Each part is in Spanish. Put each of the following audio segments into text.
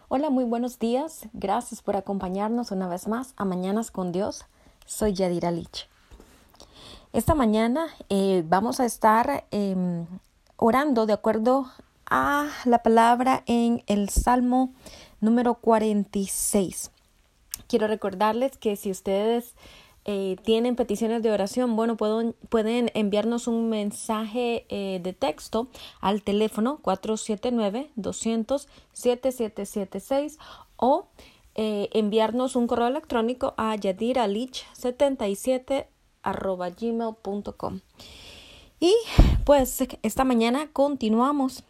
Hola, muy buenos días. Gracias por acompañarnos una vez más a Mañanas con Dios. Soy Yadira Lich. Esta mañana vamos a estar orando de acuerdo a la palabra en el Salmo número 46. Quiero recordarles que si ustedes tienen peticiones de oración, pueden enviarnos un mensaje de texto al teléfono 479-200-7776 o enviarnos un correo electrónico a yadiralich77@gmail.com. Y pues esta mañana continuamos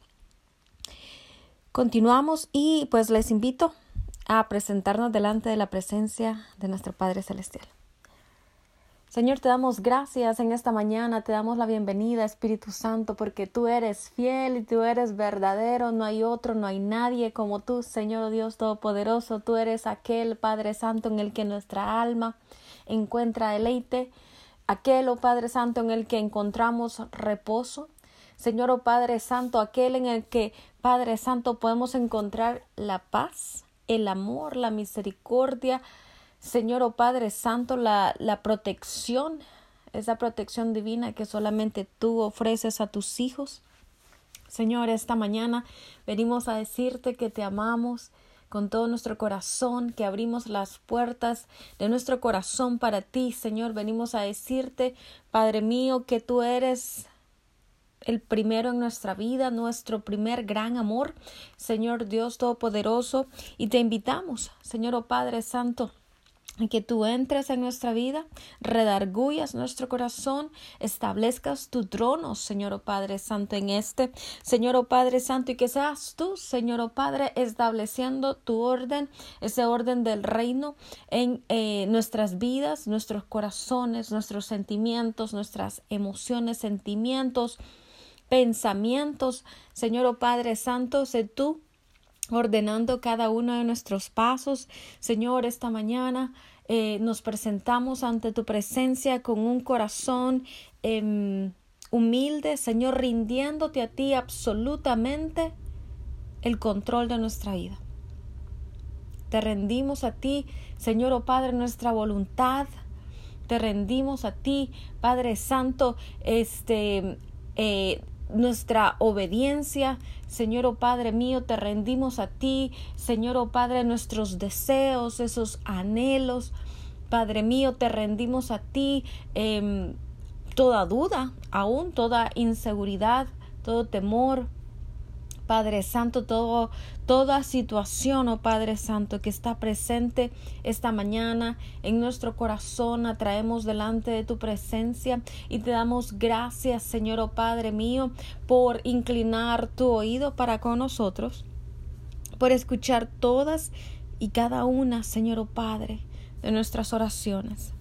y pues les invito a presentarnos delante de la presencia de nuestro Padre Celestial. Señor, te damos gracias en esta mañana, te damos la bienvenida, Espíritu Santo, porque tú eres fiel y tú eres verdadero, no hay otro, no hay nadie como tú, Señor Dios Todopoderoso, tú eres aquel Padre Santo en el que nuestra alma encuentra deleite, aquel, oh Padre Santo, en el que encontramos reposo, Señor, oh Padre Santo, aquel en el que, Padre Santo, podemos encontrar la paz, el amor, la misericordia, Señor, oh Padre Santo, la protección, esa protección divina que solamente tú ofreces a tus hijos. Señor, esta mañana venimos a decirte que te amamos con todo nuestro corazón, que abrimos las puertas de nuestro corazón para ti, Señor. Venimos a decirte, Padre mío, que tú eres el primero en nuestra vida, nuestro primer gran amor, Señor Dios Todopoderoso, y te invitamos, Señor, oh Padre Santo, que tú entres en nuestra vida, redargullas nuestro corazón, establezcas tu trono, Señor, oh Padre Santo, en este, Señor, oh Padre Santo, y que seas tú, Señor, oh Padre, estableciendo tu orden, ese orden del reino en nuestras vidas, nuestros corazones, nuestros sentimientos, nuestras emociones, sentimientos, pensamientos, Señor, oh Padre Santo, sé tú ordenando cada uno de nuestros pasos. Señor, esta mañana nos presentamos ante tu presencia con un corazón humilde, Señor, rindiéndote a ti absolutamente el control de nuestra vida. Te rendimos a ti, Señor, oh Padre, nuestra voluntad. Te rendimos a ti, Padre Santo, nuestra obediencia, Señor, oh Padre mío, te rendimos a ti, Señor, oh Padre, nuestros deseos, esos anhelos, Padre mío, te rendimos a ti, toda duda, aún toda inseguridad, todo temor, Padre Santo, toda situación, oh Padre Santo, que está presente esta mañana en nuestro corazón, la traemos delante de tu presencia y te damos gracias, Señor, oh Padre mío, por inclinar tu oído para con nosotros, por escuchar todas y cada una, Señor, oh Padre, de nuestras oraciones.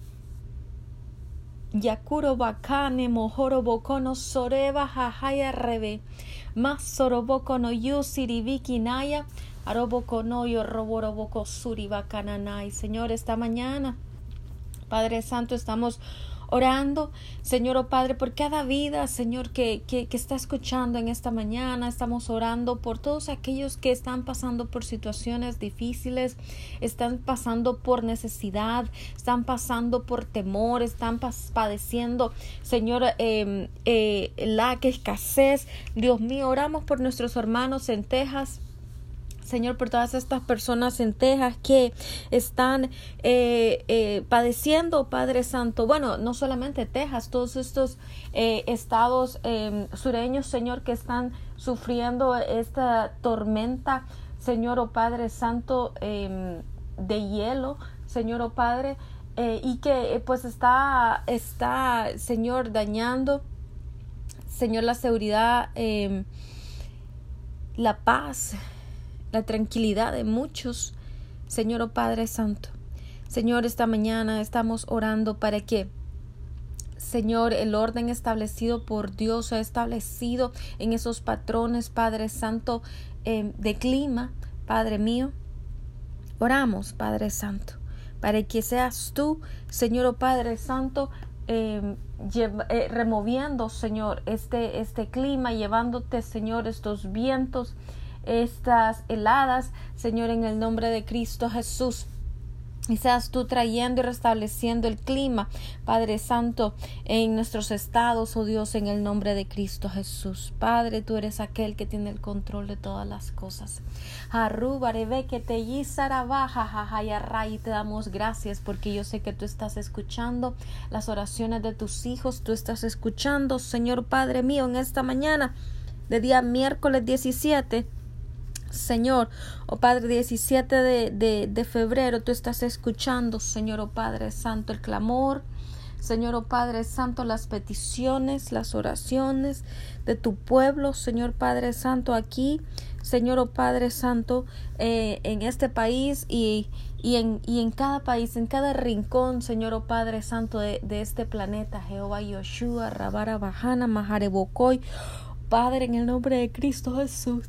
Yakuro bakane mohoro bokono soreba hahaya rebe mas sorobokono yusiribiki naya arobokono yo roboroboko suribakananai. Señor, esta mañana, Padre Santo, estamos orando, Señor, oh Padre, por cada vida, Señor, que está escuchando en esta mañana. Estamos orando por todos aquellos que están pasando por situaciones difíciles, están pasando por necesidad, están pasando por temor, están padeciendo, Señor, la escasez. Dios mío, oramos por nuestros hermanos en Texas, Señor, por todas estas personas en Texas que están padeciendo, Padre Santo. Bueno, no solamente Texas, todos estos estados sureños, Señor, que están sufriendo esta tormenta, Señor, oh Padre Santo, de hielo, Señor, oh Padre, y que pues está, Señor, dañando, Señor, la seguridad, la paz, la tranquilidad de muchos, Señor, oh Padre Santo. Señor, esta mañana estamos orando para que, Señor, el orden establecido por Dios sea establecido en esos patrones, Padre Santo, de clima, Padre mío. Oramos, Padre Santo, para que seas tú, Señor, oh Padre Santo, removiendo, Señor, este clima, llevándote, Señor, estos vientos, estas heladas, Señor, en el nombre de Cristo Jesús. Y seas tú trayendo y restableciendo el clima, Padre Santo, en nuestros estados, oh Dios, en el nombre de Cristo Jesús. Padre, tú eres aquel que tiene el control de todas las cosas. Y te damos gracias porque yo sé que tú estás escuchando las oraciones de tus hijos. Tú estás escuchando, Señor Padre mío, en esta mañana de día miércoles 17. Señor, oh Padre, 17 de febrero, tú estás escuchando, Señor, oh Padre Santo, el clamor, Señor, oh Padre Santo, las peticiones, las oraciones de tu pueblo, Señor Padre Santo, aquí, Señor, oh Padre Santo, en este país y en cada país, en cada rincón, Señor, oh Padre Santo, de este planeta, Jehová Yoshua, Rabara Bajana, Maharebocoy, Padre, en el nombre de Cristo Jesús.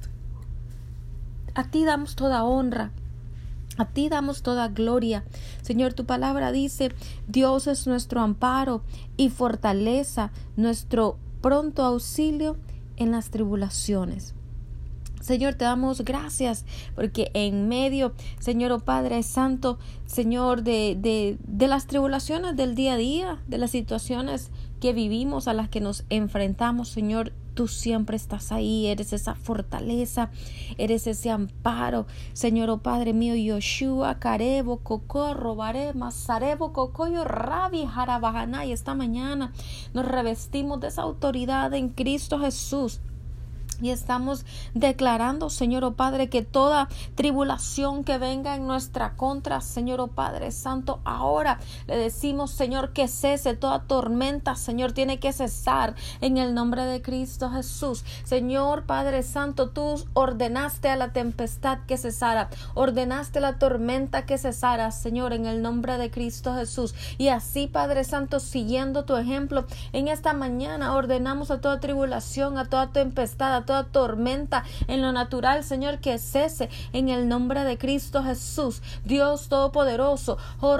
A ti damos toda honra, a ti damos toda gloria. Señor, tu palabra dice, Dios es nuestro amparo y fortaleza, nuestro pronto auxilio en las tribulaciones. Señor, te damos gracias porque en medio, Señor, oh Padre Santo, Señor, de las tribulaciones del día a día, de las situaciones que vivimos, a las que nos enfrentamos, Señor, tú siempre estás ahí, eres esa fortaleza, eres ese amparo, Señor, oh Padre mío, Yoshua, Carebo, Cocorro, Barema, Sarebo, Cocoyo, Rabi, Jarabajana, y esta mañana nos revestimos de esa autoridad en Cristo Jesús. Y estamos declarando, Señor, oh Padre, que toda tribulación que venga en nuestra contra, Señor, oh Padre Santo, ahora le decimos, Señor, que cese toda tormenta, Señor, tiene que cesar en el nombre de Cristo Jesús. Señor, Padre Santo, tú ordenaste a la tempestad que cesara, ordenaste a la tormenta que cesara, Señor, en el nombre de Cristo Jesús. Y así, Padre Santo, siguiendo tu ejemplo, en esta mañana ordenamos a toda tribulación, a toda tempestad, a toda tormenta en lo natural, Señor, que cese en el nombre de Cristo Jesús. Dios Todopoderoso,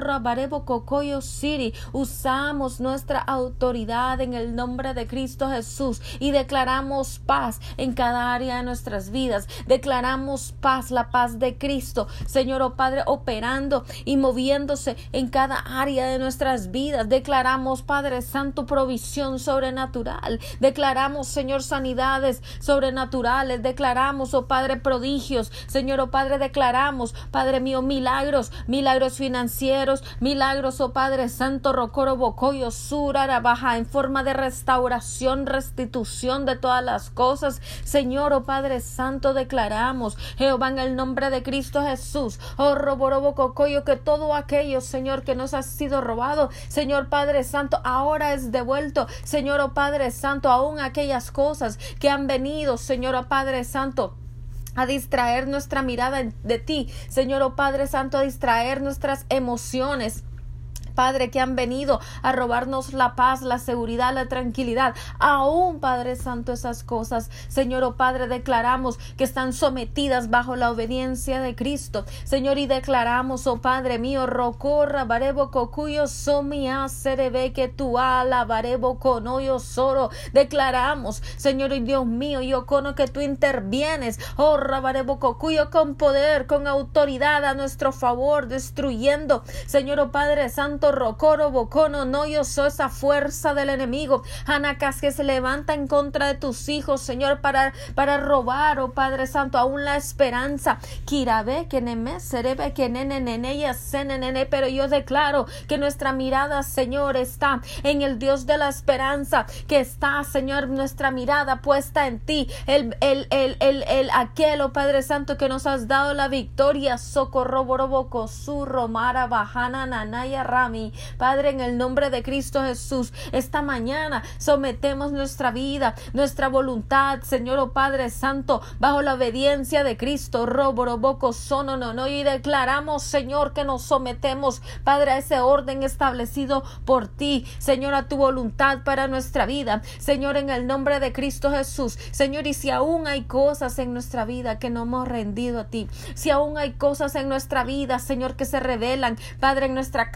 usamos nuestra autoridad en el nombre de Cristo Jesús y declaramos paz en cada área de nuestras vidas. Declaramos paz, la paz de Cristo, Señor, oh Padre, operando y moviéndose en cada área de nuestras vidas. Declaramos, Padre Santo, provisión sobrenatural. Declaramos, Señor, sanidades sobrenaturales. Declaramos, oh Padre, prodigios. Señor, oh Padre, declaramos, Padre mío, milagros financieros, milagros, oh Padre Santo, Rocoro, Bocoyo, Surara, Baja, en forma de restauración, restitución de todas las cosas. Señor, oh Padre Santo, declaramos, Jehová, en el nombre de Cristo Jesús, oh Roborobo, Cocoyo, que todo aquello, Señor, que nos ha sido robado, Señor Padre Santo, ahora es devuelto. Señor, oh Padre Santo, aún aquellas cosas que han venido, Señor, oh Padre Santo, a distraer nuestra mirada de ti, Señor, oh Padre Santo, a distraer nuestras emociones, Padre, que han venido a robarnos la paz, la seguridad, la tranquilidad. Aún, Padre Santo, esas cosas, Señor, oh Padre, declaramos que están sometidas bajo la obediencia de Cristo, Señor, y declaramos, oh Padre mío, Rocorra, Barebo, Cocuyo, Somia, Serebe, que tu ala, Barebo, Conoyo, Soro. Declaramos, Señor y Dios mío, yo cono que tú intervienes, oh Rabarebo, Cocuyo, con poder, con autoridad a nuestro favor, destruyendo, Señor, oh Padre Santo, Rocoro, Bocono, no, yo soy esa fuerza del enemigo, Anacas, que se levanta en contra de tus hijos, Señor, para robar, oh Padre Santo, aún la esperanza. Kirabe, que neme, serebe, que nene, nene, ya sene, nene, pero yo declaro que nuestra mirada, Señor, está en el Dios de la esperanza, que está, Señor, nuestra mirada puesta en ti, aquel, oh Padre Santo, que nos has dado la victoria. Socorro, Boroboco, Surro, Mara, Bajana, Nanaya, Rami. Padre, en el nombre de Cristo Jesús, esta mañana sometemos nuestra vida, nuestra voluntad, Señor, oh Padre Santo, bajo la obediencia de Cristo, Roboroboco, Sono, no, y declaramos, Señor, que nos sometemos, Padre, a ese orden establecido por ti, Señor, a tu voluntad para nuestra vida, Señor, en el nombre de Cristo Jesús, Señor, y si aún hay cosas en nuestra vida que no hemos rendido a ti, si aún hay cosas en nuestra vida, Señor, que se revelan, Padre, en nuestra carne,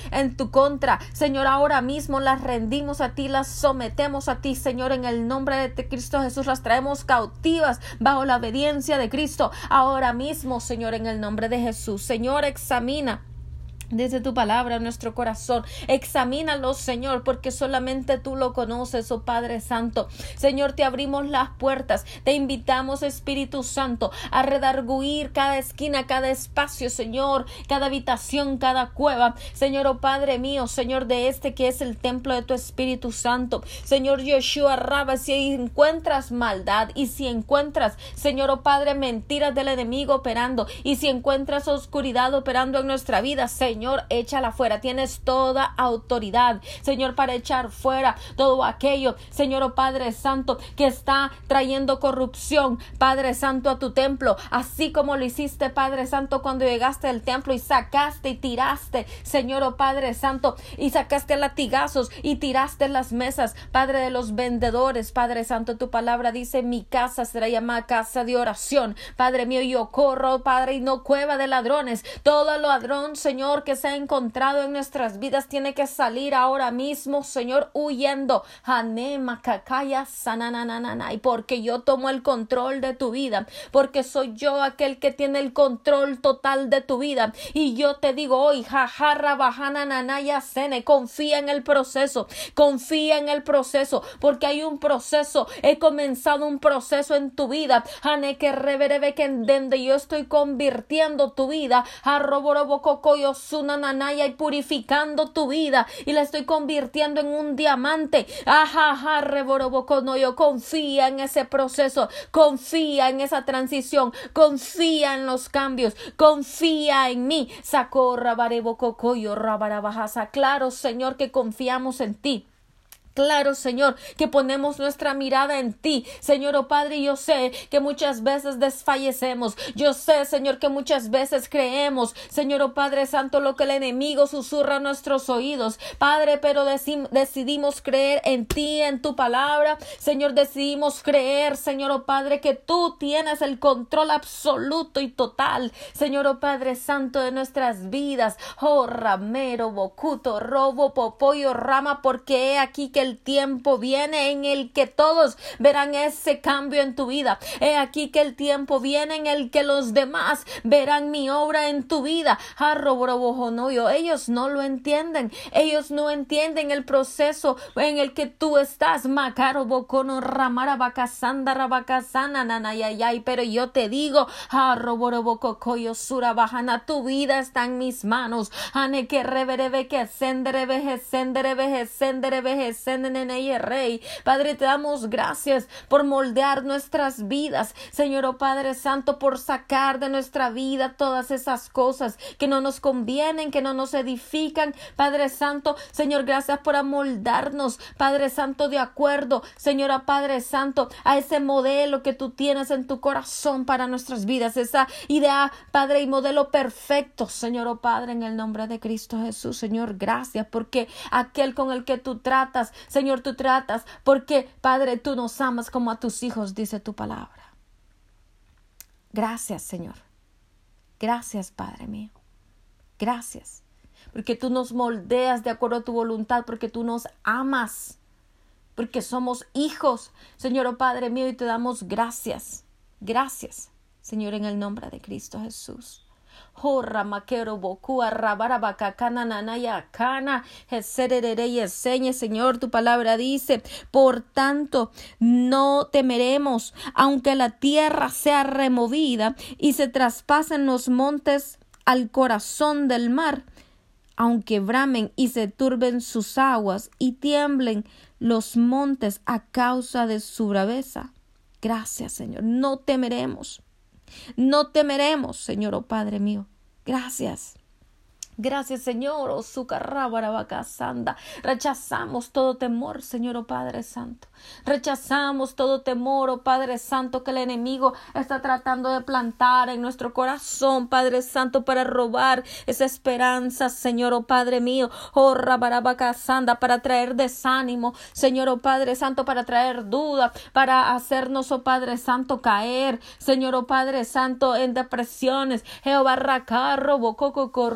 en tu contra. Señor, ahora mismo las rendimos a ti, las sometemos a ti, Señor, en el nombre de Cristo Jesús. Las traemos cautivas bajo la obediencia de Cristo. Ahora mismo, Señor, en el nombre de Jesús. Señor, examina desde tu palabra nuestro corazón. Examínalo, Señor, porque solamente tú lo conoces, oh Padre Santo. Señor, te abrimos las puertas. Te invitamos, Espíritu Santo, a redarguir cada esquina, cada espacio, Señor, cada habitación, cada cueva. Señor, oh Padre mío, Señor, de este que es el templo de tu Espíritu Santo. Señor Yeshua Rabba, si encuentras maldad y si encuentras, Señor, oh Padre, mentiras del enemigo operando y si encuentras oscuridad operando en nuestra vida, Señor, échala fuera. Tienes toda autoridad, Señor, para echar fuera todo aquello, Señor, oh Padre Santo, que está trayendo corrupción, Padre Santo, a tu templo, así como lo hiciste, Padre Santo, cuando llegaste al templo y sacaste y tiraste, Señor, oh Padre Santo, y sacaste latigazos y tiraste las mesas, Padre, de los vendedores. Padre Santo, tu palabra dice: mi casa será llamada casa de oración. Padre mío, yo corro, Padre, y no cueva de ladrones. Todo ladrón, Señor, que se ha encontrado en nuestras vidas tiene que salir ahora mismo, Señor, huyendo. Hanema kakaya sanananana. Y porque yo tomo el control de tu vida, porque soy yo aquel que tiene el control total de tu vida. Y yo te digo hoy, jajarra bajana nanaya sene, confía en el proceso, confía en el proceso, porque hay un proceso. He comenzado un proceso en tu vida, Hane que reverebe que en donde yo estoy convirtiendo tu vida, arroborobococoyo sunananaya, y purificando tu vida y la estoy convirtiendo en un diamante. Ajaja, reboroboconoyo. Confía en ese proceso, confía en esa transición, confía en los cambios, confía en mí. Sacó rabarebococoyo rabarabajasa. Claro, Señor, que confiamos en ti. Claro, Señor, que ponemos nuestra mirada en ti, Señor, oh Padre. Yo sé que muchas veces desfallecemos. Yo sé, Señor, que muchas veces creemos, Señor, oh Padre Santo, lo que el enemigo susurra a nuestros oídos, Padre, pero decidimos creer en ti, en tu palabra, Señor. Decidimos creer, Señor, oh Padre, que tú tienes el control absoluto y total, Señor, oh Padre Santo, de nuestras vidas. Oh, ramero, bocuto, robo, popoyo, rama, porque he aquí que el tiempo viene en el que todos verán ese cambio en tu vida. He aquí que el tiempo viene en el que los demás verán mi obra en tu vida. Ellos no lo entienden. Ellos no entienden el proceso en el que tú estás. Pero yo te digo, tu vida está en mis manos. Rey. Padre, te damos gracias por moldear nuestras vidas, Señor, oh Padre Santo, por sacar de nuestra vida todas esas cosas que no nos convienen, que no nos edifican, Padre Santo. Señor, gracias por amoldarnos, Padre Santo, de acuerdo, Señor, oh Padre Santo, a ese modelo que tú tienes en tu corazón para nuestras vidas, esa idea, Padre, y modelo perfecto, Señor, oh Padre, en el nombre de Cristo Jesús. Señor, gracias porque aquel con el que tú tratas, Señor, tú tratas porque, Padre, tú nos amas como a tus hijos, dice tu palabra. Gracias, Señor. Gracias, Padre mío. Gracias, porque tú nos moldeas de acuerdo a tu voluntad, porque tú nos amas, porque somos hijos, Señor, oh Padre mío, y te damos gracias. Gracias, Señor, en el nombre de Cristo Jesús. Señor, tu palabra dice: por tanto, no temeremos, aunque la tierra sea removida y se traspasen los montes al corazón del mar, aunque bramen y se turben sus aguas y tiemblen los montes a causa de su braveza. Gracias, Señor. No temeremos. No temeremos, Señor, oh Padre mío. Gracias. Gracias, Señor, oh Sucarrabarabacasanda. Rechazamos todo temor, Señor, oh Padre Santo. Rechazamos todo temor, oh Padre Santo, que el enemigo está tratando de plantar en nuestro corazón, Padre Santo, para robar esa esperanza, Señor, oh Padre mío, oh Rabarabacasanda, para traer desánimo, Señor, oh Padre Santo, para traer duda, para hacernos, oh Padre Santo, caer, Señor, oh Padre Santo, en depresiones. Jehová Racarro, Bococo, Corruba,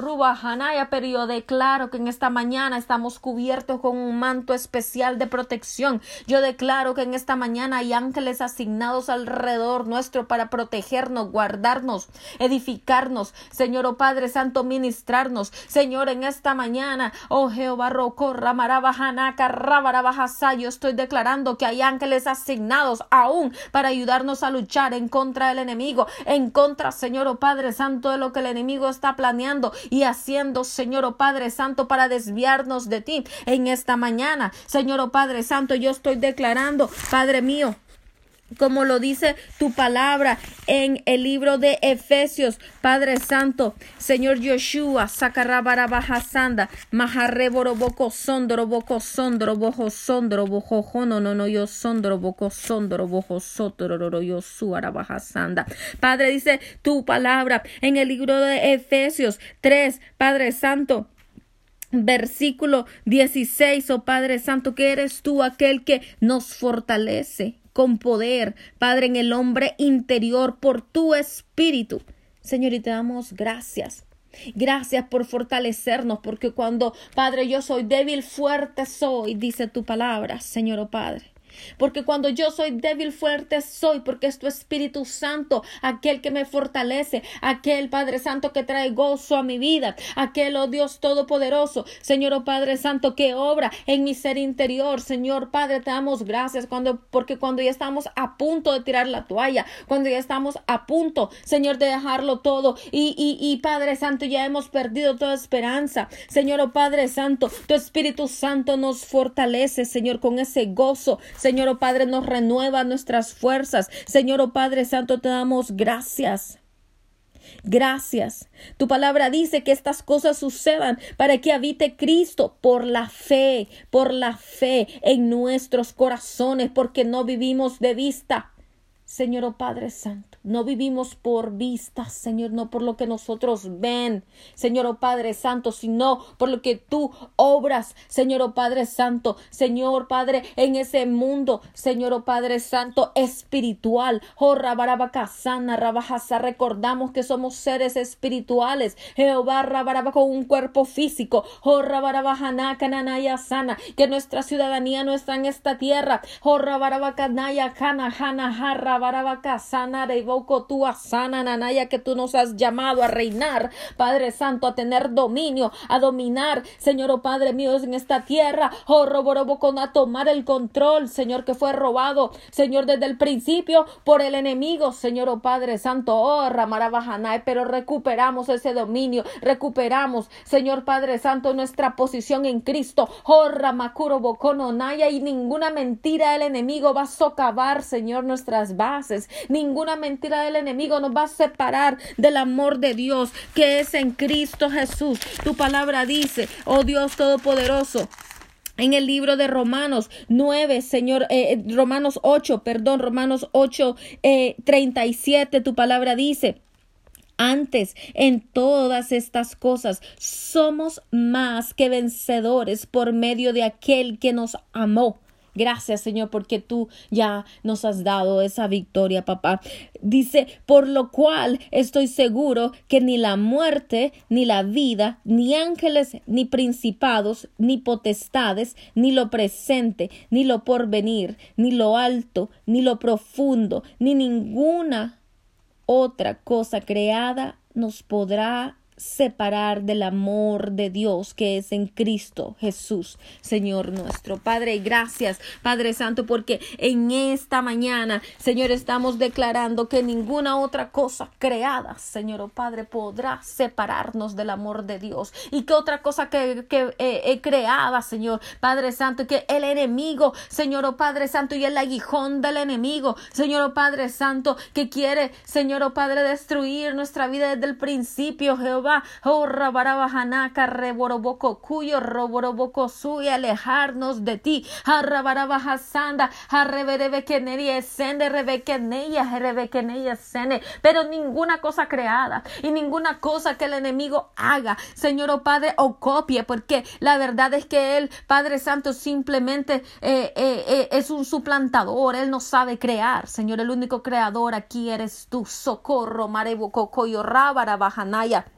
pero yo declaro que en esta mañana estamos cubiertos con un manto especial de protección. Yo declaro que en esta mañana hay ángeles asignados alrededor nuestro para protegernos, guardarnos, edificarnos, Señor, oh Padre Santo, ministrarnos, Señor, en esta mañana, oh Jehová, Rocorra, Marabajanaca, Rabarabajasa, yo estoy declarando que hay ángeles asignados aún para ayudarnos a luchar en contra del enemigo, en contra, Señor, oh Padre Santo, de lo que el enemigo está planeando y haciendo, Señor, oh Padre Santo, para desviarnos de ti en esta mañana. Señor, oh Padre Santo, yo estoy declarando, Padre mío, como lo dice tu palabra en el libro de Efesios, Padre Santo, Señor Yoshua, Sacarrabarabajasanda, Majarreboroboko Sondro, Boko Sondro, Bojo Sondro, Bojo Jono, no yo Sondro, Boko Sondro, Bojo Sotro, yo Suarabajasanda. Padre, dice tu palabra en el libro de Efesios 3, Padre Santo, versículo 16, oh Padre Santo, que eres tú aquel que nos fortalece con poder, Padre, en el hombre interior por tu espíritu. Señor, y te damos gracias. Gracias por fortalecernos, porque cuando, Padre, yo soy débil, fuerte soy, dice tu palabra, Señor, oh Padre. Porque cuando yo soy débil, fuerte soy, porque es tu Espíritu Santo aquel que me fortalece, aquel Padre Santo que trae gozo a mi vida, aquel, oh Dios Todopoderoso, Señor, oh Padre Santo, que obra en mi ser interior. Señor Padre, te damos gracias porque cuando ya estamos a punto de tirar la toalla, cuando ya estamos a punto, Señor, de dejarlo todo y Padre Santo, ya hemos perdido toda esperanza, Señor, oh Padre Santo, tu Espíritu Santo nos fortalece, Señor, con ese gozo. Señor, oh Padre, nos renueva nuestras fuerzas. Señor, oh Padre Santo, te damos gracias. Gracias. Tu palabra dice que estas cosas sucedan para que habite Cristo por la fe en nuestros corazones, porque no vivimos de vista. Señor, oh Padre Santo, no vivimos por vista, Señor, no por lo que nosotros ven, Señor, oh Padre Santo, sino por lo que tú obras, Señor, oh Padre Santo, Señor Padre, en ese mundo, Señor, oh Padre Santo, espiritual. Oh, Rabarabacasana, Rabajasa, recordamos que somos seres espirituales, Jehová, Rabaraba, con un cuerpo físico, oh, Rabarabajana, Cananaya sana, que nuestra ciudadanía no está en esta tierra, oh, Rabarabacanaya, Cana, Jana, Jarra, Barabacasana, Revoco, tú asana, Nanaya, que tú nos has llamado a reinar, Padre Santo, a tener dominio, a dominar, Señor, oh Padre mío, en esta tierra, oh, Roborobocon, a tomar el control, Señor, que fue robado, Señor, desde el principio por el enemigo, Señor, oh Padre Santo, oh, Ramarabajanae, pero recuperamos ese dominio, recuperamos, Señor Padre Santo, nuestra posición en Cristo, oh, Ramakuro Bocono Naya, y ninguna mentira del enemigo va a socavar, Señor, nuestras bases, ninguna mentira del enemigo nos va a separar del amor de Dios que es en Cristo Jesús. Tu palabra dice, oh Dios Todopoderoso, en el libro de Romanos 9, Señor, Romanos 8, 37, tu palabra dice, antes, en todas estas cosas, somos más que vencedores por medio de aquel que nos amó. Gracias, Señor, porque tú ya nos has dado esa victoria, papá. Dice, por lo cual estoy seguro que ni la muerte, ni la vida, ni ángeles, ni principados, ni potestades, ni lo presente, ni lo porvenir, ni lo alto, ni lo profundo, ni ninguna otra cosa creada nos podrá separar del amor de Dios que es en Cristo Jesús, Señor nuestro. Padre, gracias, Padre Santo, porque en esta mañana, Señor, estamos declarando que ninguna otra cosa creada, Señor, oh Padre, podrá separarnos del amor de Dios. Y que otra cosa que creada, Señor, Padre Santo, que el enemigo, Señor, oh Padre Santo, y el aguijón del enemigo, Señor, oh Padre Santo, que quiere, Señor, oh Padre, destruir nuestra vida desde el principio, Jehová. Oh, Rabarabajanaka, Reboroboco, cuyo Roboroboco suy, alejarnos de ti. Rabarabajasanda, Reberebequeneria, Sende, Rebequeneia, Sene. Pero ninguna cosa creada y ninguna cosa que el enemigo haga, Señor, oh Padre, o copie, porque la verdad es que él, Padre Santo, simplemente es un suplantador. Él no sabe crear, Señor. El único creador aquí eres tú. Socorro, Mareboco, Coyo, Rabarabajanaya.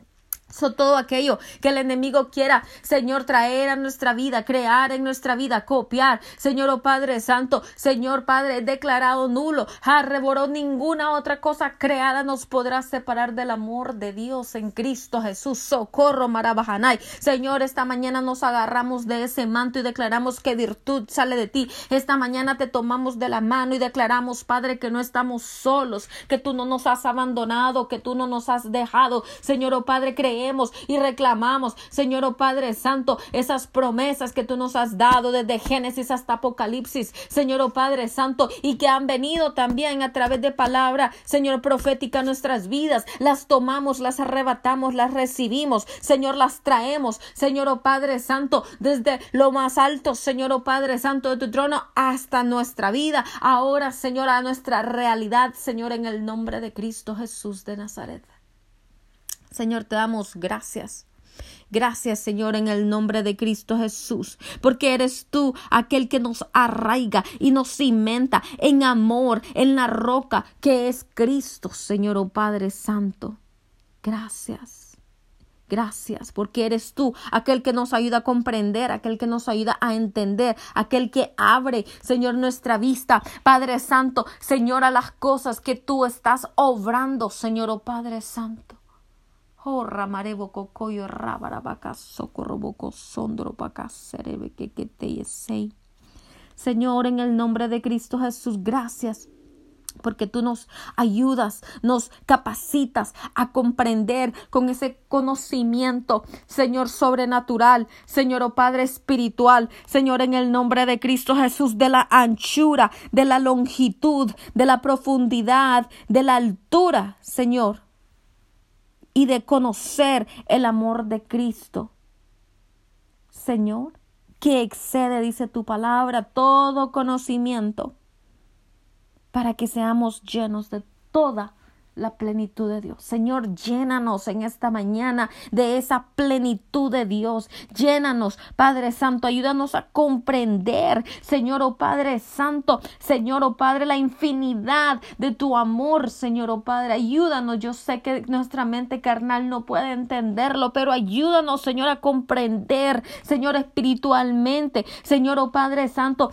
Todo aquello que el enemigo quiera, Señor, traer a nuestra vida, crear en nuestra vida, copiar, Señor, oh Padre Santo, Señor Padre, declarado nulo, reboró, ninguna otra cosa creada nos podrá separar del amor de Dios en Cristo Jesús. Socorro, Marabajanay. Señor, esta mañana nos agarramos de ese manto y declaramos que virtud sale de ti. Esta mañana te tomamos de la mano y declaramos, Padre, que no estamos solos, que tú no nos has abandonado, que tú no nos has dejado. Señor, oh Padre, creemos y reclamamos, Señor, oh Padre Santo, esas promesas que tú nos has dado desde Génesis hasta Apocalipsis, Señor, oh Padre Santo, y que han venido también a través de palabra, Señor, profética a nuestras vidas. Las tomamos, las arrebatamos, las recibimos, Señor, las traemos, Señor, oh Padre Santo, desde lo más alto, Señor, oh Padre Santo, de tu trono hasta nuestra vida, ahora, Señor, a nuestra realidad, Señor, en el nombre de Cristo Jesús de Nazaret. Señor, te damos gracias. Gracias, Señor, en el nombre de Cristo Jesús, porque eres tú aquel que nos arraiga y nos cimenta en amor, en la roca que es Cristo, Señor, oh Padre Santo. Gracias. Gracias, porque eres tú aquel que nos ayuda a comprender, aquel que nos ayuda a entender, aquel que abre, Señor, nuestra vista, Padre Santo, Señor, a las cosas que tú estás obrando, Señor, oh Padre Santo. Oh, ramarebo cocoyo rabarabaca socorroboco sondro paca serebe que te yesei. Señor, en el nombre de Cristo Jesús, gracias. Porque tú nos ayudas, nos capacitas a comprender con ese conocimiento, Señor, sobrenatural, Señor, oh Padre espiritual, Señor, en el nombre de Cristo Jesús, de la anchura, de la longitud, de la profundidad, de la altura, Señor, y de conocer el amor de Cristo, Señor, que excede, dice tu palabra, todo conocimiento, para que seamos llenos de toda la plenitud de Dios. Señor, llénanos en esta mañana de esa plenitud de Dios. Llénanos, Padre Santo, ayúdanos a comprender, Señor, oh Padre Santo, Señor, oh Padre, la infinidad de tu amor, Señor, oh Padre. Ayúdanos, yo sé que nuestra mente carnal no puede entenderlo, pero ayúdanos, Señor, a comprender, Señor, espiritualmente, Señor, oh Padre Santo,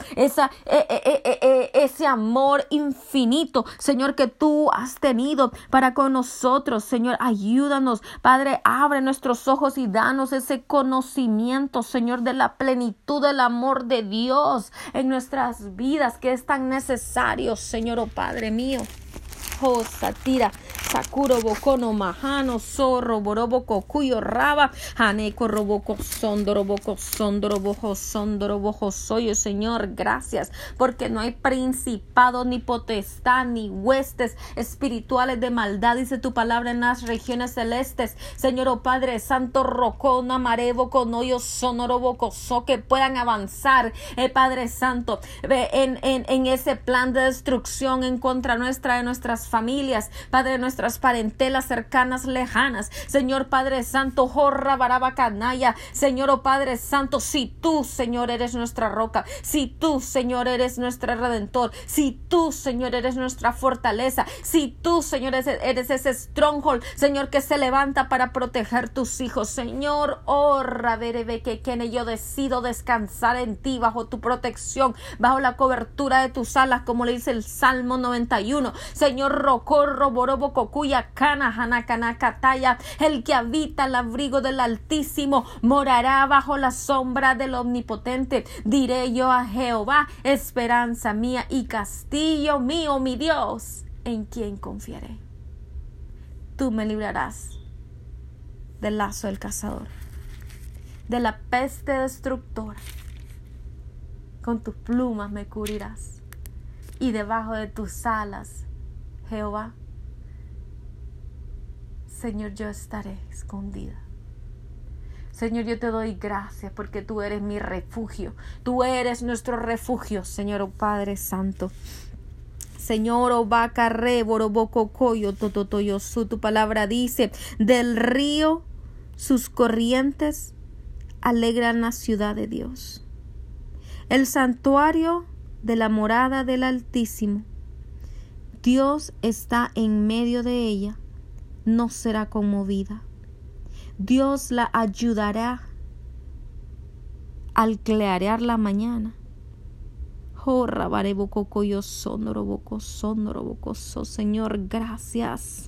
ese amor infinito, Señor, que tú has tenido para con nosotros. Señor, ayúdanos, Padre, abre nuestros ojos y danos ese conocimiento, Señor, de la plenitud del amor de Dios en nuestras vidas, que es tan necesario, Señor, oh Padre mío. Oh, satira, sakuro bocono majano, zorro, borobo cocuyo raba, haneco roboco sondoro bojo sondoro bojo soy, Señor, gracias, porque no hay principado, ni potestad, ni huestes espirituales de maldad, dice tu palabra, en las regiones celestes, Señor, oh Padre Santo, rocona, marebo, con hoyo sonoro bocoso, que puedan avanzar, Padre Santo, en ese plan de destrucción en contra nuestra, de nuestras familias, Padre, nuestras parentelas cercanas, lejanas, Señor Padre Santo, jorra barabacanaya, Señor, oh Padre Santo, si tú, Señor, eres nuestra roca, si tú, Señor, eres nuestro redentor, si tú, Señor, eres nuestra fortaleza, si tú, Señor, eres ese stronghold, Señor, que se levanta para proteger tus hijos, Señor, oh raberebe que yo decido descansar en ti, bajo tu protección, bajo la cobertura de tus alas, como le dice el Salmo 91, Señor, rocorro borobo cocuya cana hanacana cataya, el que habita el abrigo del Altísimo morará bajo la sombra del Omnipotente. Diré yo a Jehová, esperanza mía y castillo mío, mi Dios, en quien confiaré. Tú me librarás del lazo del cazador, de la peste destructora. Con tus plumas me cubrirás, y debajo de tus alas, Jehová, Señor, yo estaré escondida. Señor, yo te doy gracias porque tú eres mi refugio. Tú eres nuestro refugio, Señor, oh Padre Santo. Señor, oh vaca re, boroboco coyo, tototoyosu, tu palabra dice, del río sus corrientes alegran la ciudad de Dios. El santuario de la morada del Altísimo. Dios está en medio de ella, no será conmovida. Dios la ayudará al clarear la mañana. Señor, gracias.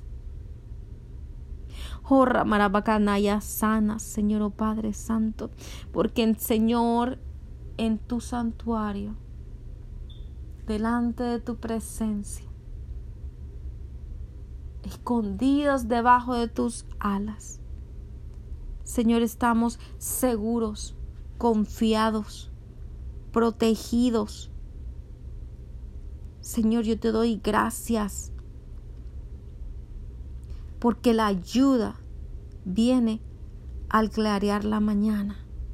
Marabacanaya sana, Señor, oh Padre Santo, porque Señor, en tu santuario, delante de tu presencia, escondidos debajo de tus alas, Señor, estamos seguros, confiados, protegidos. Señor, yo te doy gracias porque la ayuda viene al clarear la mañana.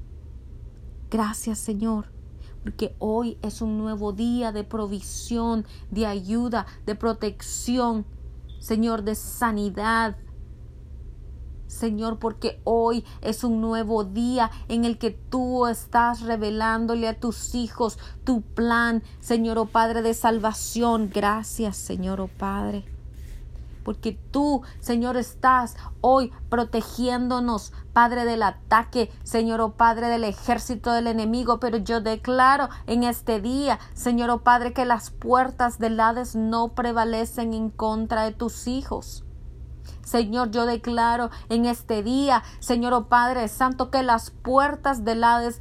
Gracias, Señor, porque hoy es un nuevo día de provisión, de ayuda, de protección, Señor, de sanidad. Señor, porque hoy es un nuevo día en el que tú estás revelándole a tus hijos tu plan, Señor, oh Padre, de salvación. Gracias, Señor, oh Padre, porque tú, Señor, estás hoy protegiéndonos, Padre, del ataque, Señor, oh Padre, del ejército del enemigo. Pero yo declaro en este día, Señor, oh Padre, que las puertas del Hades no prevalecen en contra de tus hijos. Señor, yo declaro en este día, Señor, oh Padre Santo, que las puertas del Hades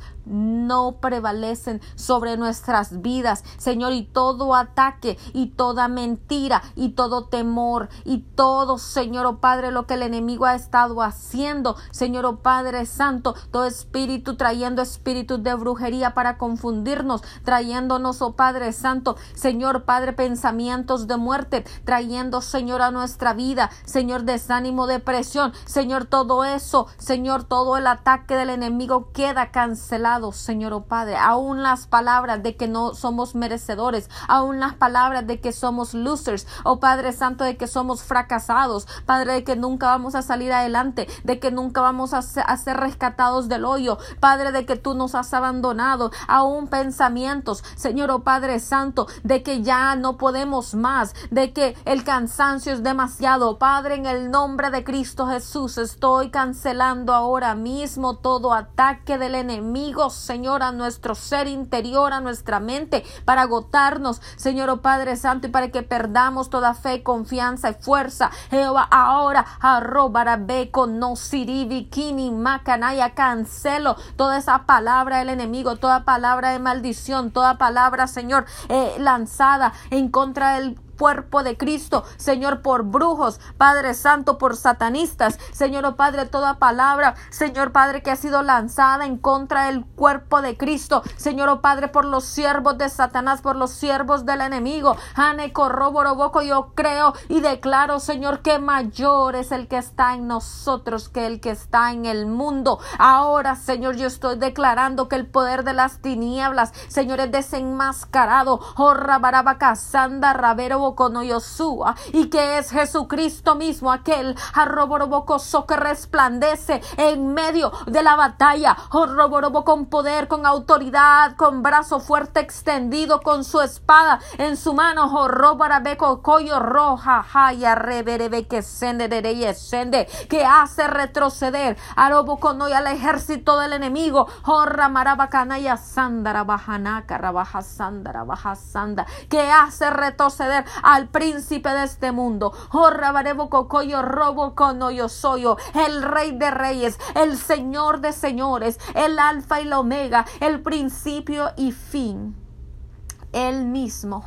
no prevalecen sobre nuestras vidas, Señor, y todo ataque y toda mentira y todo temor y todo, Señor, oh Padre, lo que el enemigo ha estado haciendo, Señor, oh Padre Santo, todo espíritu trayendo espíritus de brujería para confundirnos, trayéndonos, oh Padre Santo, Señor, Padre, pensamientos de muerte, trayendo, Señor, a nuestra vida, Señor, desánimo, depresión, Señor, todo eso, Señor, todo el ataque del enemigo queda cancelado, Señor, oh Padre. Aún las palabras de que no somos merecedores, aún las palabras de que somos losers, oh Padre Santo, de que somos fracasados, Padre, de que nunca vamos a salir adelante, de que nunca vamos a ser rescatados del hoyo, Padre, de que tú nos has abandonado, aún pensamientos, Señor, oh Padre Santo, de que ya no podemos más, de que el cansancio es demasiado, Padre, en el nombre de Cristo Jesús, estoy cancelando ahora mismo todo ataque del enemigo, Señor, a nuestro ser interior, a nuestra mente, para agotarnos, Señor, oh Padre Santo, y para que perdamos toda fe, confianza y fuerza. Jehová, ahora, arrobarabeco, no siribikini, macanaya, cancelo toda esa palabra del enemigo, toda palabra de maldición, toda palabra, Señor, lanzada en contra del cuerpo de Cristo, Señor, por brujos, Padre Santo, por satanistas, Señor, oh Padre, toda palabra, Señor, Padre, que ha sido lanzada en contra del cuerpo de Cristo, Señor, oh Padre, por los siervos de Satanás, por los siervos del enemigo, Ane corroboroboco, yo creo y declaro, Señor, que mayor es el que está en nosotros que el que está en el mundo. Ahora, Señor, yo estoy declarando que el poder de las tinieblas, Señor, es desenmascarado, oh Rabarabacasanda, Rabero Bocono Yosúa, y que es Jesucristo mismo, aquel arroborobocoso que resplandece en medio de la batalla, arroborobo, con poder, con autoridad, con brazo fuerte extendido, con su espada en su mano, arrobarabeco coyo roja, haya reverebe que sende de sende, que hace retroceder arobocono y al ejército del enemigo, horramarabacanaya sandara bajanaka rabaja sandara baja sanda, que hace retroceder al príncipe de este mundo, rabarebo cocoyo robo cono yo soy, el rey de reyes, el señor de señores, el alfa y la omega, el principio y fin. Él mismo,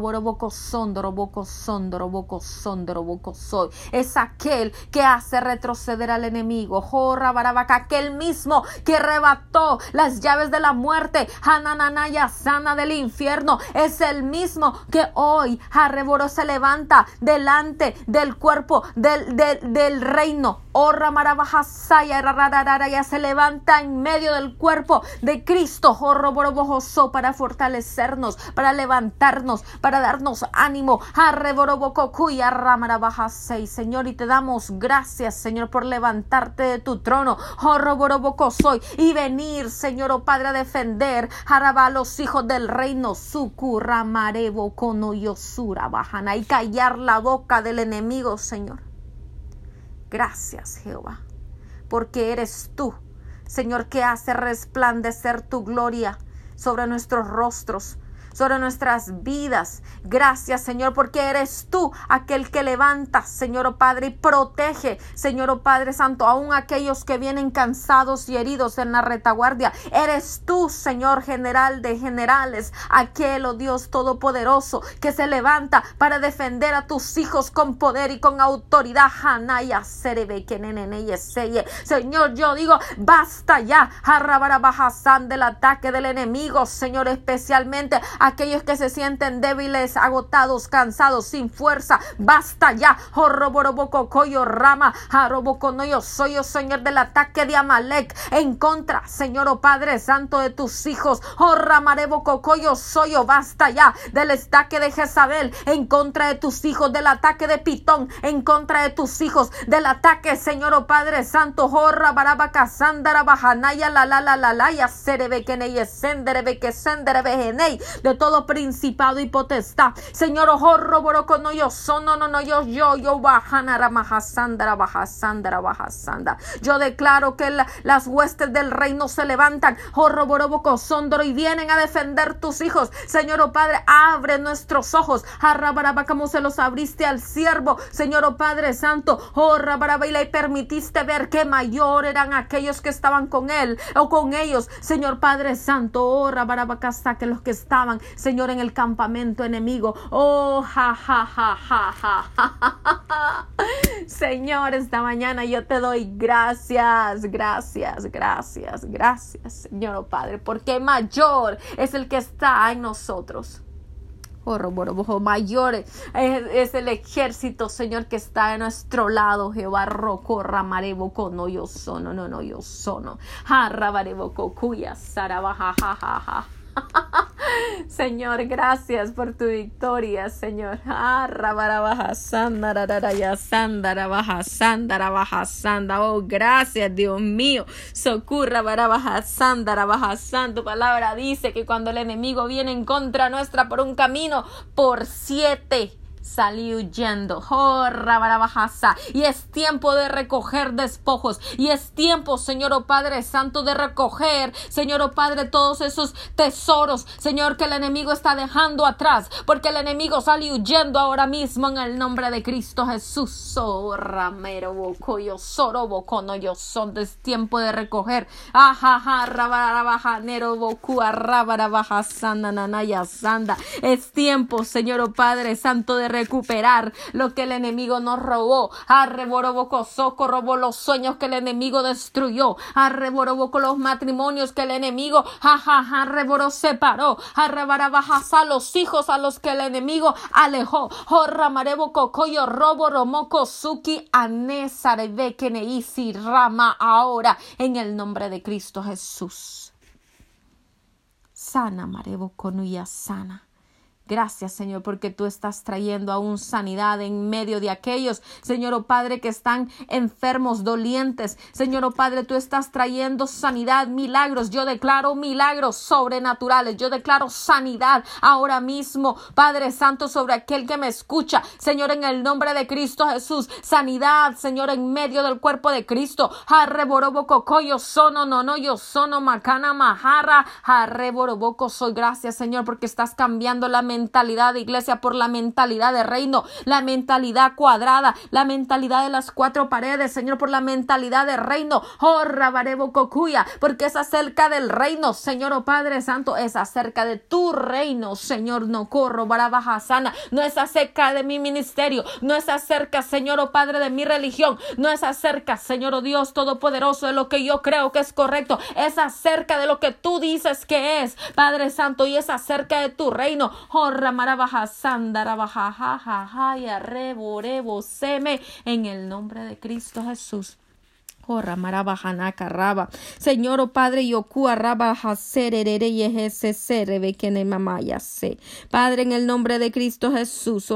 es aquel que hace retroceder al enemigo, aquel mismo que arrebató las llaves de la muerte, Hanananaya sana del infierno, es el mismo que hoy se levanta delante del cuerpo del reino, ya se levanta en medio del cuerpo de Cristo, para fortalecernos, para levantarnos, para darnos ánimo. Señor, y te damos gracias, Señor, por levantarte de tu trono, y venir, Señor, oh Padre, a defender a los hijos del reino, y callar la boca del enemigo, Señor. Gracias, Jehová, porque eres tú, Señor, que hace resplandecer tu gloria sobre nuestros rostros, sobre nuestras vidas. Gracias, Señor, porque eres tú aquel que levanta, Señor, oh Padre, y protege, Señor, oh Padre Santo, aún aquellos que vienen cansados y heridos en la retaguardia. Eres tú, Señor, general de generales, aquel, oh Dios todopoderoso, que se levanta para defender a tus hijos con poder y con autoridad. Hanaya serebe que nenene seye. Señor, yo digo, basta ya, Harrabarabajazán, del ataque del enemigo, Señor, especialmente aquellos que se sienten débiles, agotados, cansados, sin fuerza. Basta ya, Jorroborobococoyo Rama, Jaroboconoyo soy, Señor, del ataque de Amalek en contra, Señor, oh Padre Santo, de tus hijos. Jorramarebococoyo soy, basta ya del ataque de Jezabel en contra de tus hijos, del ataque de Pitón en contra de tus hijos, del ataque, Señor, oh Padre Santo, Jorrabarabacasandara Bajanaya la ya serebekeneye senderebeke senderebejeney, de todo principado y potestad, Señor, ojorro boroco no yo sono no yo bajanara majasandara bajasanda. Yo declaro que las huestes del reino se levantan, jorro boroboco sondoro, y vienen a defender tus hijos. Señor, oh Padre, abre nuestros ojos, jarrabaraba, como se los abriste al siervo, Señor, oh Padre Santo, jorrabaraba, y le permitiste ver que mayor eran aquellos que estaban con él o con ellos, Señor Padre Santo, oh rabarabacasta, que los que estaban, Señor, en el campamento enemigo. Oh, Señor, esta mañana yo te doy gracias, Señor, oh Padre, porque mayor es el que está en nosotros. Mayor es el ejército, Señor, que está a nuestro lado. Jehová roco ramarebo no yo sono, no yo sono. Jarrabarebo cocuya sarabaja. Señor, gracias por tu victoria, Señor. Oh, gracias, Dios mío. Socorra barabaja sandara. Tu palabra dice que cuando el enemigo viene en contra nuestra por un camino, por 7 salí huyendo. Y es tiempo de recoger despojos. Y es tiempo, Señor, oh Padre Santo, de recoger, Señor, oh Padre, todos esos tesoros, Señor, que el enemigo está dejando atrás. Porque el enemigo sale huyendo ahora mismo en el nombre de Cristo Jesús. Es tiempo de recoger. Es tiempo, Señor, oh Padre Santo, de recuperar lo que el enemigo nos robó. Arreborobocosoco robó los sueños que el enemigo destruyó. Arreboroboco los matrimonios que el enemigo arreboró, separó. Arrebarabajasa los hijos a los que el enemigo alejó. Jorramareboco coyo robo romoko suki anesarebe neisi rama, ahora en el nombre de Cristo Jesús. Sana mareboco nuya sana. Gracias, Señor, porque tú estás trayendo aún sanidad en medio de aquellos, Señor, oh Padre, que están enfermos, dolientes. Señor, oh Padre, tú estás trayendo sanidad, milagros. Yo declaro milagros sobrenaturales. Yo declaro sanidad ahora mismo, Padre Santo, sobre aquel que me escucha. Señor, en el nombre de Cristo Jesús, sanidad, Señor, en medio del cuerpo de Cristo. Arreboroboco, yo sono, no, yo sono, macana, majarra, arreboroboco, soy. Gracias, Señor, porque estás cambiando la mentalidad de iglesia por la mentalidad de reino, la mentalidad cuadrada, la mentalidad de las 4 paredes, Señor, por la mentalidad de reino. Oh, rabarebo cocuya, porque es acerca del reino, Señor, oh Padre Santo, es acerca de tu reino, Señor. No corro, barabaja sana, no es acerca de mi ministerio, no es acerca, Señor, oh Padre, de mi religión, no es acerca, Señor, oh Dios todopoderoso, de lo que yo creo que es correcto, es acerca de lo que tú dices que es, Padre Santo, y es acerca de tu reino. En el nombre de Cristo Jesús. Señor, oh Padre, Padre, en el nombre de Cristo Jesús,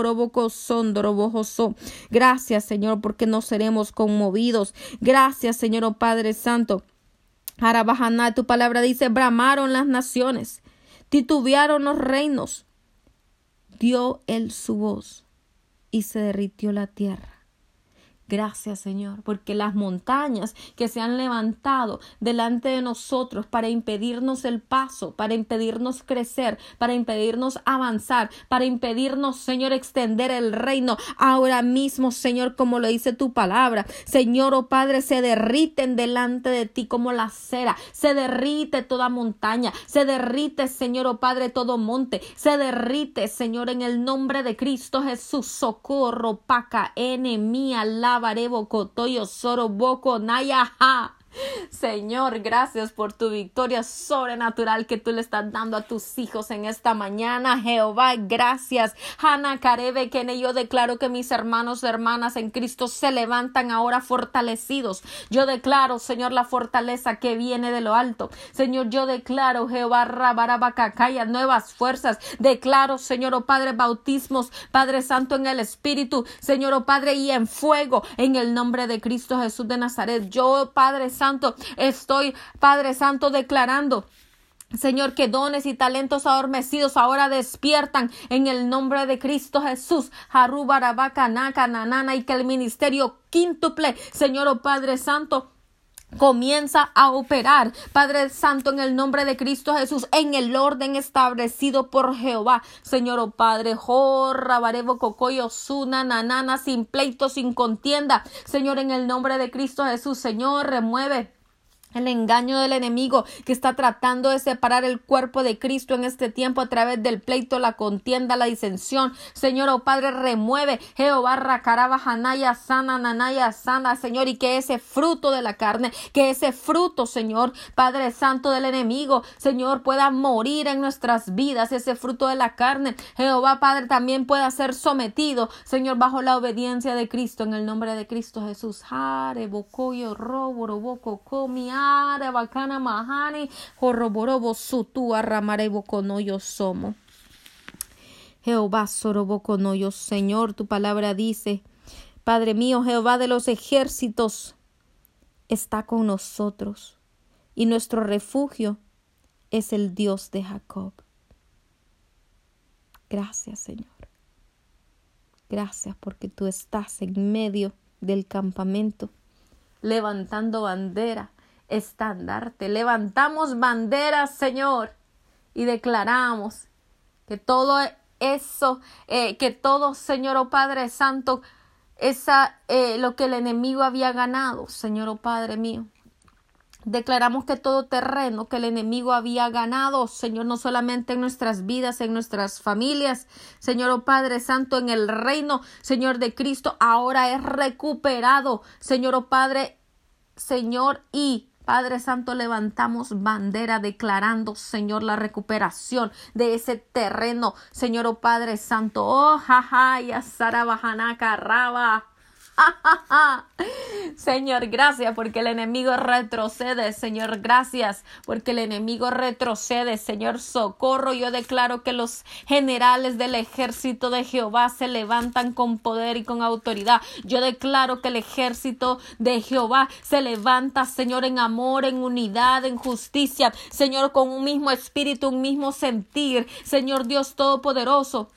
gracias, Señor, porque no seremos conmovidos. Gracias, Señor, oh Padre Santo. Tu palabra dice: bramaron las naciones, titubearon los reinos, dio él su voz y se derritió la tierra. Gracias, Señor, porque las montañas que se han levantado delante de nosotros para impedirnos el paso, para impedirnos crecer, para impedirnos avanzar, para impedirnos, Señor, extender el reino, ahora mismo, Señor, como lo dice tu palabra, Señor, oh Padre, se derriten delante de ti como la cera, se derrite toda montaña, se derrite, Señor, oh Padre, todo monte, se derrite, Señor, en el nombre de Cristo Jesús. Socorro, paca, enemía, lavarebo, cotoyo, soro, boco, nayaja. Señor, gracias por tu victoria sobrenatural que tú le estás dando a tus hijos en esta mañana. Jehová, gracias. Hana Carebe, que yo declaro que mis hermanos y hermanas en Cristo se levantan ahora fortalecidos. Yo declaro, Señor, la fortaleza que viene de lo alto. Señor, yo declaro, Jehová, Rabarabacacaya, nuevas fuerzas. Declaro, Señor, oh Padre, bautismos, Padre Santo, en el Espíritu, Señor, oh Padre, y en fuego, en el nombre de Cristo Jesús de Nazaret. Yo, Padre Santo, estoy, Padre Santo, declarando, Señor, que dones y talentos adormecidos ahora despiertan en el nombre de Cristo Jesús. Y que el ministerio quíntuple, Señor, oh Padre Santo, comienza a operar, Padre Santo, en el nombre de Cristo Jesús, en el orden establecido por Jehová. Señor, oh Padre, jorra, barebo, cocoyo, suna, nanana, sin pleito, sin contienda. Señor, en el nombre de Cristo Jesús, Señor, remueve el engaño del enemigo que está tratando de separar el cuerpo de Cristo en este tiempo a través del pleito, la contienda, la disensión. Señor, oh Padre, remueve, Jehová, racaraba, hanaya, sana, nanaya, sana, Señor, y que ese fruto de la carne, que ese fruto, Señor, Padre Santo, del enemigo, Señor, pueda morir en nuestras vidas, ese fruto de la carne, Jehová, Padre, también pueda ser sometido, Señor, bajo la obediencia de Cristo, en el nombre de Cristo Jesús. Hare, bocoyo, robo, boco, comia, bacana, mahani, jorroborobo, sutu, arramarebo, conoyo, somo. Jehová, sorobo, conoyo, Señor, tu palabra dice, Padre mío, Jehová de los ejércitos está con nosotros y nuestro refugio es el Dios de Jacob. Gracias, Señor. Gracias porque tú estás en medio del campamento, levantando bandera, estandarte. Levantamos banderas, Señor, y declaramos que todo eso, que todo, Señor, oh Padre Santo, lo que el enemigo había ganado, Señor, oh Padre mío. Declaramos que todo terreno que el enemigo había ganado, Señor, no solamente en nuestras vidas, en nuestras familias, Señor, oh Padre Santo, en el reino, Señor, de Cristo, ahora es recuperado, Señor, oh Padre, Señor, y Padre Santo, levantamos bandera declarando, Señor, la recuperación de ese terreno, Señor, oh Padre Santo. Oh, jaja, ya sarabajanaka raba. Señor, gracias porque el enemigo retrocede. Señor, gracias porque el enemigo retrocede. Señor, socorro. Yo declaro que los generales del ejército de Jehová se levantan con poder y con autoridad. Yo declaro que el ejército de Jehová se levanta, Señor, en amor, en unidad, en justicia, Señor, con un mismo espíritu, un mismo sentir, Señor Dios Todopoderoso.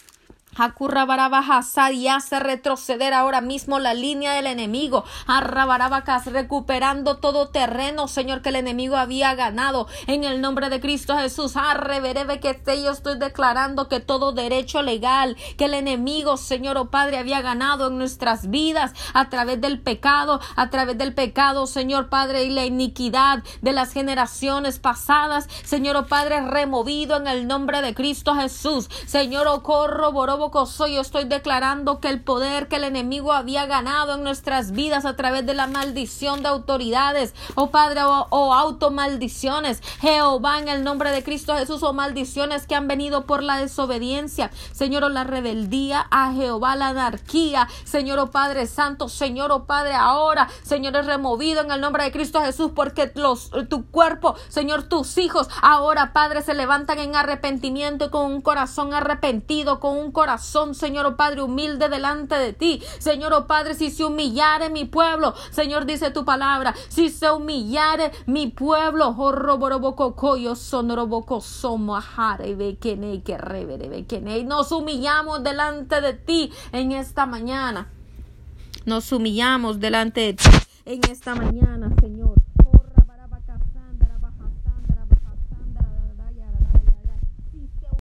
Y hace retroceder ahora mismo la línea del enemigo. Arrabarabacas, recuperando todo terreno, Señor, que el enemigo había ganado. En el nombre de Cristo Jesús. Arreverebe que yo estoy declarando que todo derecho legal que el enemigo, Señor, oh Padre, había ganado en nuestras vidas a través del pecado, Señor Padre, y la iniquidad de las generaciones pasadas, Señor, oh Padre, removido en el nombre de Cristo Jesús. Señor, oh corroborobo, yo estoy declarando que el poder que el enemigo había ganado en nuestras vidas a través de la maldición de autoridades, oh Padre, o automaldiciones, Jehová, en el nombre de Cristo Jesús, o maldiciones que han venido por la desobediencia, Señor, o la rebeldía a Jehová, la anarquía, Señor, oh Padre Santo, Señor, oh Padre, ahora, Señor, es removido en el nombre de Cristo Jesús, porque tu cuerpo, Señor, tus hijos, ahora, Padre, se levantan en arrepentimiento, con un corazón arrepentido, con un corazón, Señor, oh Padre, humilde delante de ti. Señor, oh Padre, si se humillare mi pueblo, Señor, dice tu palabra, si se humillare mi pueblo, nos humillamos delante de ti en esta mañana. Nos humillamos delante de ti en esta mañana.